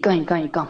かんいかんいかん。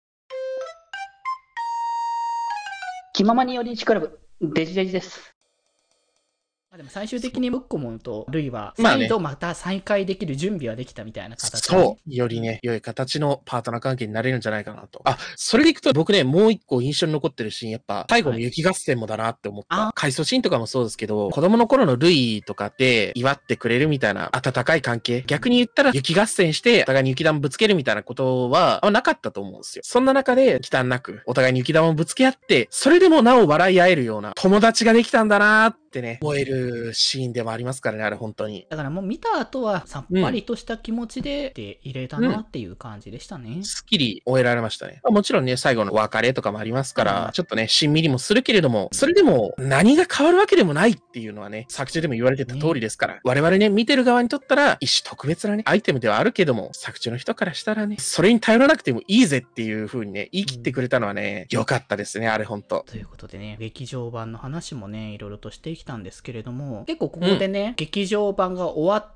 気ままに寄り道クラブ、デジデジです。 でも最終的にムッコモンとルイはまあね再度また再会できる準備はできたみたいな形で、 そう。よりね、良い形のパートナー関係になれるんじゃないかなと。あ、それでいくと僕ね、もう一個印象に残ってるシーン、やっぱ、最後の雪合戦もだなって思った。 あ回想シーンとかもそうですけど、子供の頃のルイとかって祝ってくれるみたいな温かい関係。逆に言ったら雪合戦して、お互いに雪玉ぶつけるみたいなことは、あんまなかったと思うんですよ。そんな中で、忌憚なく、お互いに雪玉をぶつけ合って、それでもなお笑い合えるような友達ができたんだなってね、思えるシーンでもありますからね、あれ本当に。 だからもう見た後はさっぱりとした気持ちで入れたなっていう感じでしたね。 すっきり終えられましたね。もちろんね、最後のお別れとかもありますから、ちょっとね、しんみりもするけれども、それでも何が変わるわけでもないっていうのはね、作中でも言われてた通りですから、我々ね、見てる側にとったら、一種特別なね、アイテムではあるけども、作中の人からしたらね、それに頼らなくてもいいぜっていう風にね、言い切ってくれたのはね、良かったですね、あれほんと。 ということでね、劇場版の話もね、いろいろとしてきたんですけれども、結構ここでね、劇場版が終わって、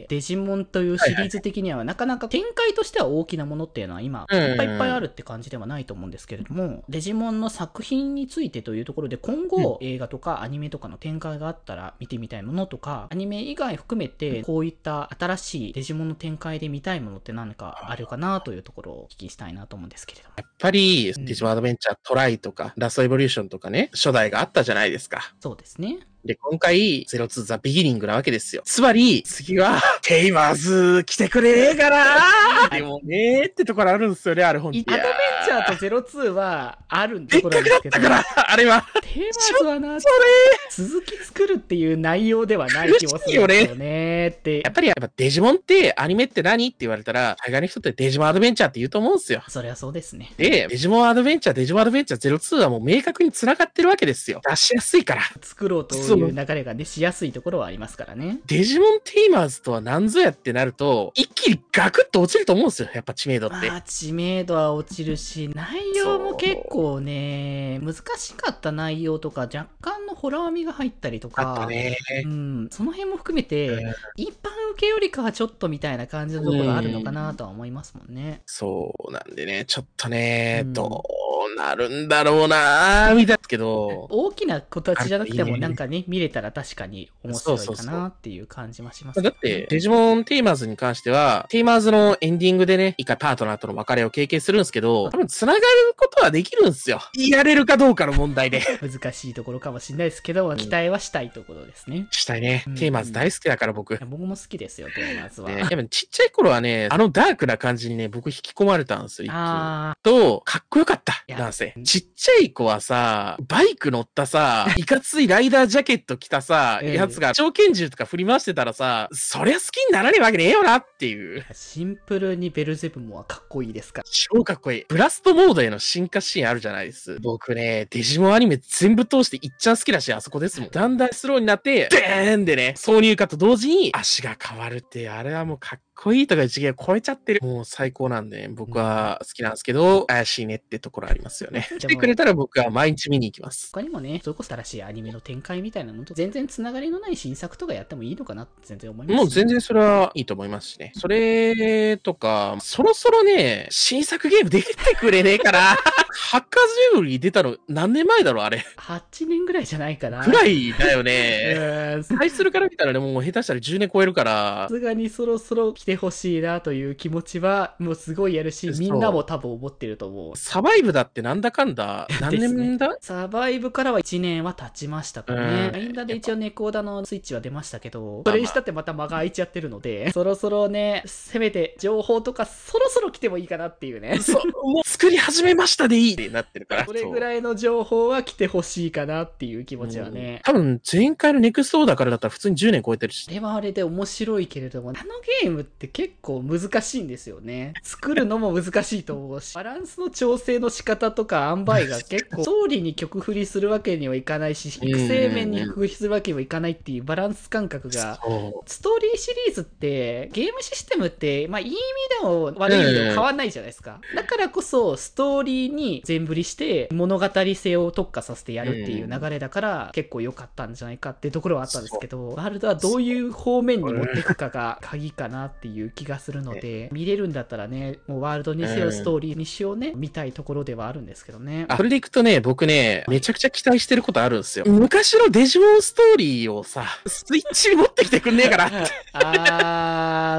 デジモンというシリーズ的にはなかなか展開としては大きなものっていうのは今、いっぱいいっぱいあるって感じではないと思うんですけれども、デジモンの作品についてというところで今後、映画とかアニメとかの展開があったら見てみたいものとか、アニメ以外含めてこういった新しいデジモンの展開で見たいものって何かあるかなというところをお聞きしたいなと思うんですけれども。 やっぱり、デジモンアドベンチャートライとか、ラストエボリューションとかね、初代があったじゃないですか。 そうですね。 で、今回、02ザ・ビギニングなわけですよ。つまり、次は、テイマーズ来てくれねえかなでもねーってところあるんですよね、あれほんと。 アドベンチャーと02はあるんでっかくなったから、あれは。 テーマズはな、 それ続き作るっていう内容ではない気もするんですよねって。 やっぱりデジモンってアニメって何って言われたら、海外の人ってデジモンアドベンチャーって言うと思うんですよ。 それはそうですね。 で、デジモンアドベンチャー02はもう明確に繋がってるわけですよ。出しやすいから。 作ろうという流れがね、しやすいところはありますからね。 デジモンテイマーズとは何ぞやってなると、一気にガクッと落ちると思うんですよ。やっぱ知名度って。 まあ、知名度は落ちるし、内容も結構ね、難しかった内容とか、若干のホラー味が入ったりとか、 あったね。 その辺も含めて、一般受けよりかはちょっとみたいな感じのところあるのかなとは思いますもんね。 そうなんでね、ちょっとね、どうなるんだろうなーみたいですけど。 大きな子たちじゃなくてもなんかね、見れたら確かに面白いかなっていう感じもしますね。 だって、デジモンテイマーズに関しては、テイマーズのエンディングでね、一回パートナーとの別れを経験するんですけど、多分繋がることはできるんですよ。やれるかどうかの問題で。 難しいところかもしれないですけど、期待はしたいところですね。 したいね。テイマーズ大好きだから僕。 僕も好きですよ、テイマーズは。 やっぱちっちゃい頃はね、あのダークな感じにね、僕引き込まれたんですよ、一気に。と、かっこよかった、なんせ。ちっちゃい子はさ、バイク乗ったさ、いかついライダージャケット着たさ、やつが長拳銃とか振り回してたらさ、そりゃ好きにならねえわけねえよなっていう。 シンプルにベルゼブモはかっこいいですから。 超かっこいい。ブラストモードへの進化シーンあるじゃないです。僕ね、デジモンアニメ全部通していっちゃん好きだし、あそこですもん。だんだんスローになって、デーンでね、挿入歌と同時に足が変わるって、あれはもうかっこいいとか一芸を超えちゃってる。もう最高なんで、僕は好きなんですけど、怪しいねってところありますよね。来てくれたら僕は毎日見に行きます。 他にもね、それこそ新しいアニメの展開みたいなのと全然つながりのない新作とかやってもいいのかなって全然思います、 もう全然それはいいと思いますしね。それとか、そろそろね、新作ゲーム出てくれねえかな。ハッカーズジュブリー出たの何年前だろうあれ。 8年ぐらいじゃないかな。 くらいだよね。対するから見たらね、もう下手したら10年超えるから。 さすがにそろそろ来てほしいなという気持ちは、もうすごいやるし、みんなも多分思ってると思う。 サバイブだってなんだかんだ、何年だ、 サバイブからは1年は経ちましたかね。ラインダで一応ネコーダのスイッチは出ましたけど、それにしたってまた間が空いちゃってるので、そろそろね、せめて情報とかそろそろ来てもいいかなっていうね。 そう、もう作り始めましたでいいってなってるから。 それぐらいの情報は来てほしいかなっていう気持ちはね。 多分前回のネクストオーダーからだったら普通に10年超えてるし。 あれはあれで面白いけれども、あのゲームって結構難しいんですよね。作るのも難しいと思うし、バランスの調整の仕方とか塩梅が結構、ストーリーに曲振りするわけにはいかないし、育成面に曲振りするわけにはいかないっていうバランス感覚が、ストーリーシリーズって、ゲームシステムって、まあいい意味でも悪い意味でも変わんないじゃないですか。だからこそ、 ど、ストーリーに全振りして物語性を特化させてやるっていう流れだから、結構良かったんじゃないかっていうところはあったんですけど、ワールドはどういう方面に持っていくかが鍵かなっていう気がするので、見れるんだったらね、もうワールドにせよストーリーにしようね、見たいところではあるんですけどね。 それでいくとね、僕ね、めちゃくちゃ期待してることあるんですよ。昔のデジモンストーリーをさ、スイッチに持ってきてくんねえかなって。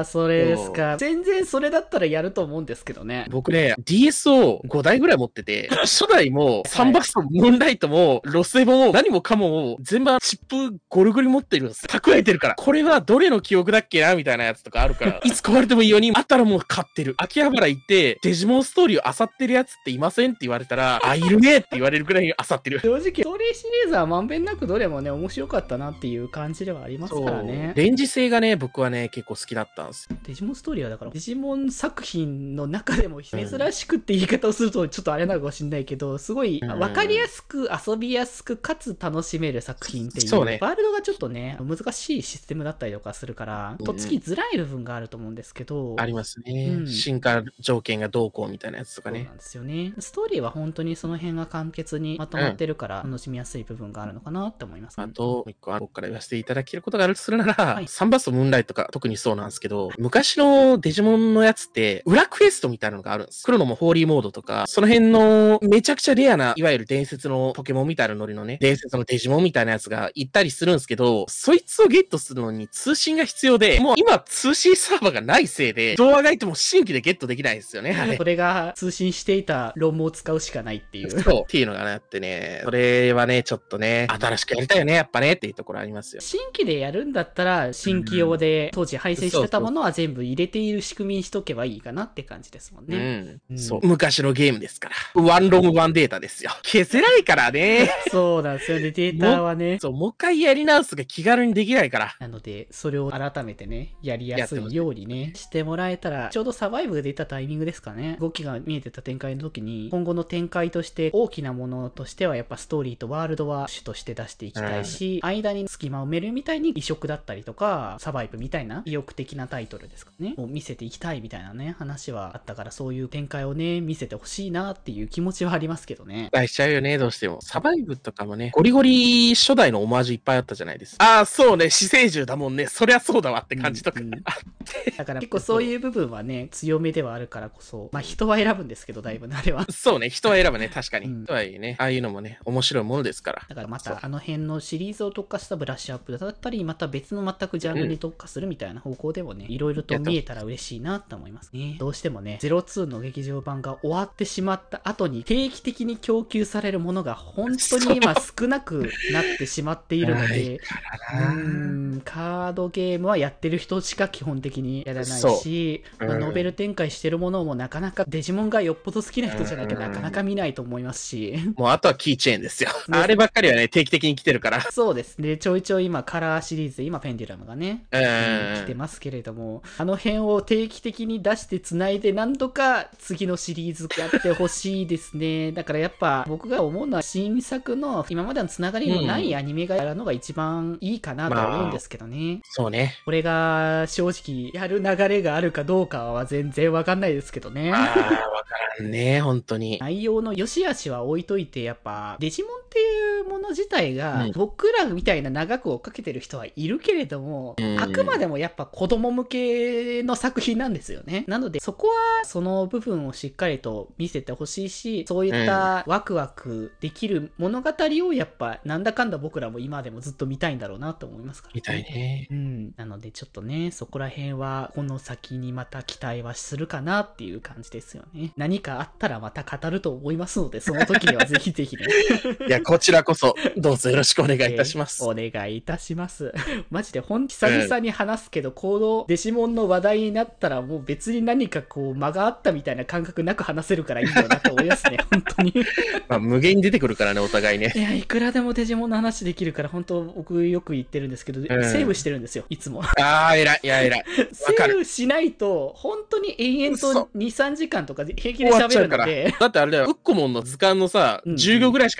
それですか。全然それだったらやると思うんですけどね。 僕ね、DS を5台ぐらい持ってて、初代もサンバストもムーンライトもロスエボも何もかも全部チップゴルゴリ持ってるんです。蓄えてるから。これはどれの記憶だっけなみたいなやつとかあるから、いつ壊れてもいいように、あったらもう買ってる。秋葉原行って、デジモンストーリーを漁ってるやつっていませんって言われたら、あ、いるねって言われるくらい漁ってる。 正直、ストーリーシリーズはまんべんなくどれもね、面白かったなっていう感じではありますからね。 レンジ性がね、僕はね、結構好きだったんです。 デジモンストーリーはだから、デジモン作品の中でも珍しくって言い方をするとちょっとあれなのかもしれないけど、すごいわかりやすく遊びやすくかつ楽しめる作品っていう。 そうね。 ワールドがちょっとね、難しいシステムだったりとかするから、とっつきづらい部分があると思うんですけど。 ありますね。進化条件がどうこうみたいなやつとかね。 そうなんですよね。ストーリーは本当にその辺が簡潔にまとまってるから楽しみやすい部分があるのかなって思います、ね。 あと、一個僕から言わせていただけることがあるとするなら、サンバストムーンライトとか特にそうなんですけど、昔のデジモンのやつって、裏クエストみたいなのがあるんです。クロノもホーリーモードとか、その辺のめちゃくちゃレアな、いわゆる伝説のポケモンみたいなノリのね、伝説のデジモンみたいなやつがいたりするんですけど、そいつをゲットするのに通信が必要で、もう今通信サーバーがないせいで、動画がいても新規でゲットできないんですよね、あれ。 それが通信していたロムを使うしかないっていう。 そう。っていうのがね、あってね、それはね、ちょっとね、新しくやりたいよね、やっぱね、っていうところありますよ。 新規でやるんだったら、新規用で当時配信してたものは全部入れている仕組みにしとけばいいかなって感じですもんね。 そう。昔のゲームですから。ワンロムワンデータですよ。消せないからね。 そうなんですよね、データはね。 そう、もう一回やり直すが気軽にできないから。 なので、それを改めてね、やりやすいようにね、してもらえたら、ちょうどサバイブが出たタイミングですかね。動きが見えてた展開の時に、今後の展開として大きなものとしては、やっぱストーリーとワールドは主として出していきたいし、間に隙間を埋めるみたいに移植だったりとか、サバイブみたいな意欲的なタイトルですかね、を見せていきたいみたいなね、話はあったから、そういう展開をね、見せてほしいなっていう気持ちはありますけどね。 期待しちゃうよね、どうしても。サバイブとかもね、ゴリゴリ初代のオマージュいっぱいあったじゃないですか。ああ、そうね、死生獣だもんね。そりゃそうだわって感じとかあって。 だから結構そういう部分はね、強めではあるからこそ、まあ人は選ぶんですけど、だいぶあれは。 そうね、人は選ぶね、確かに。とはいえね、ああいうのもね、面白いものですから。 だからまたあの辺のシリーズを特化したブラッシュアップだったり、また別の全くジャンルに特化するみたいな方向でもね、いろいろと見えたら嬉しいなって思いますね。どうしてもね、02の劇場版が終わってしまった後に定期的に供給されるものが本当に今少なくなってしまっているので、カードゲームはやってる人しか基本的にやらないし、ノベル展開してるものもなかなかデジモンがよっぽど好きな人じゃなきゃなかなか見ないと思いますし。 もうあとはキーチェーンですよ。あればっかりはね、定期的に来てるから。 そうですね。ちょいちょい今カラーシリーズで今ペンデュラムがね、来てますけれども、あの辺を定期的に出して繋いで何度か次のシリーズやってほしいですね。だからやっぱ僕が思うのは新作の今までの繋がりのないアニメがやるのが一番いいかなと思うんですけどね。 そうね。 これが正直やる流れがあるかどうかは全然わかんないですけどね。 わからんね、本当に。 内容の良し悪しは置いといて、やっぱデジモンっていうもの自体が、僕らみたいな長く追っかけてる人はいるけれども、あくまでもやっぱ子供向けの作品なんですよね。なのでそこはその部分をしっかりと見せてほしいし、そういったワクワクできる物語をやっぱなんだかんだ僕らも今でもずっと見たいんだろうなと思いますから、ね。 見たいね。 なのでちょっとね、そこら辺はこの先にまた期待はするかなっていう感じですよね。何かあったらまた語ると思いますので、その時にはぜひぜひね。 いや、こちらこそ、どうぞよろしくお願いいたします。 お願いいたします。マジで久々に話すけど、このデジモンの話題になったらもう別に何かこう間があったみたいな感覚なく話せるからいいよなと思いますね、本当に。 まあ無限に出てくるからね、お互いね。 いや、いくらでもデジモンの話できるから、本当僕よく言ってるんですけど、セーブしてるんですよ、いつも。 ああ、偉い。いや、偉い。 セーブしないと、本当に延々と2、3時間とか平気で喋るので。 だってあれだよ、ウッコモンの図鑑のさ、10秒ぐらいしかない、あれで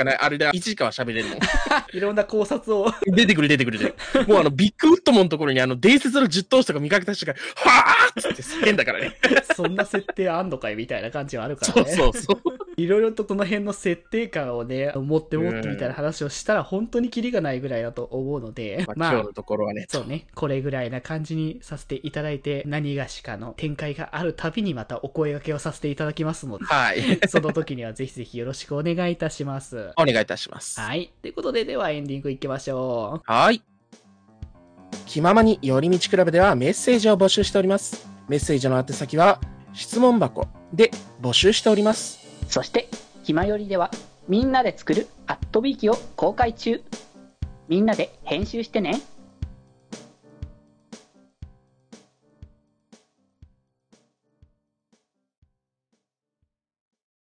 1時間は喋れるもん。 いろんな考察を。 出てくる。もうビッグウッドモンのところに伝説の10頭身とか見かけた人が、はぁーって叫んだからね。 そんな設定あんのかいみたいな感じはあるからね。 そう。 いろいろとこの辺の設定感をね、持ってみたいな話をしたら本当にキリがないぐらいだと思うので、 まあ今日のところはね。 そうね、これぐらいな感じにさせていただいて、何がしかの展開があるたびにまたお声掛けをさせていただきますので、 はい。 その時にはぜひぜひよろしくお願いいたします。 お願いいたします。 はい。ということで、ではエンディングいきましょう。 はい。気ままに寄り道クラブではメッセージを募集しております。メッセージの宛先は質問箱で募集しております。 そして、ひまよりではみんなで作るアットビーキを公開中。みんなで編集してね。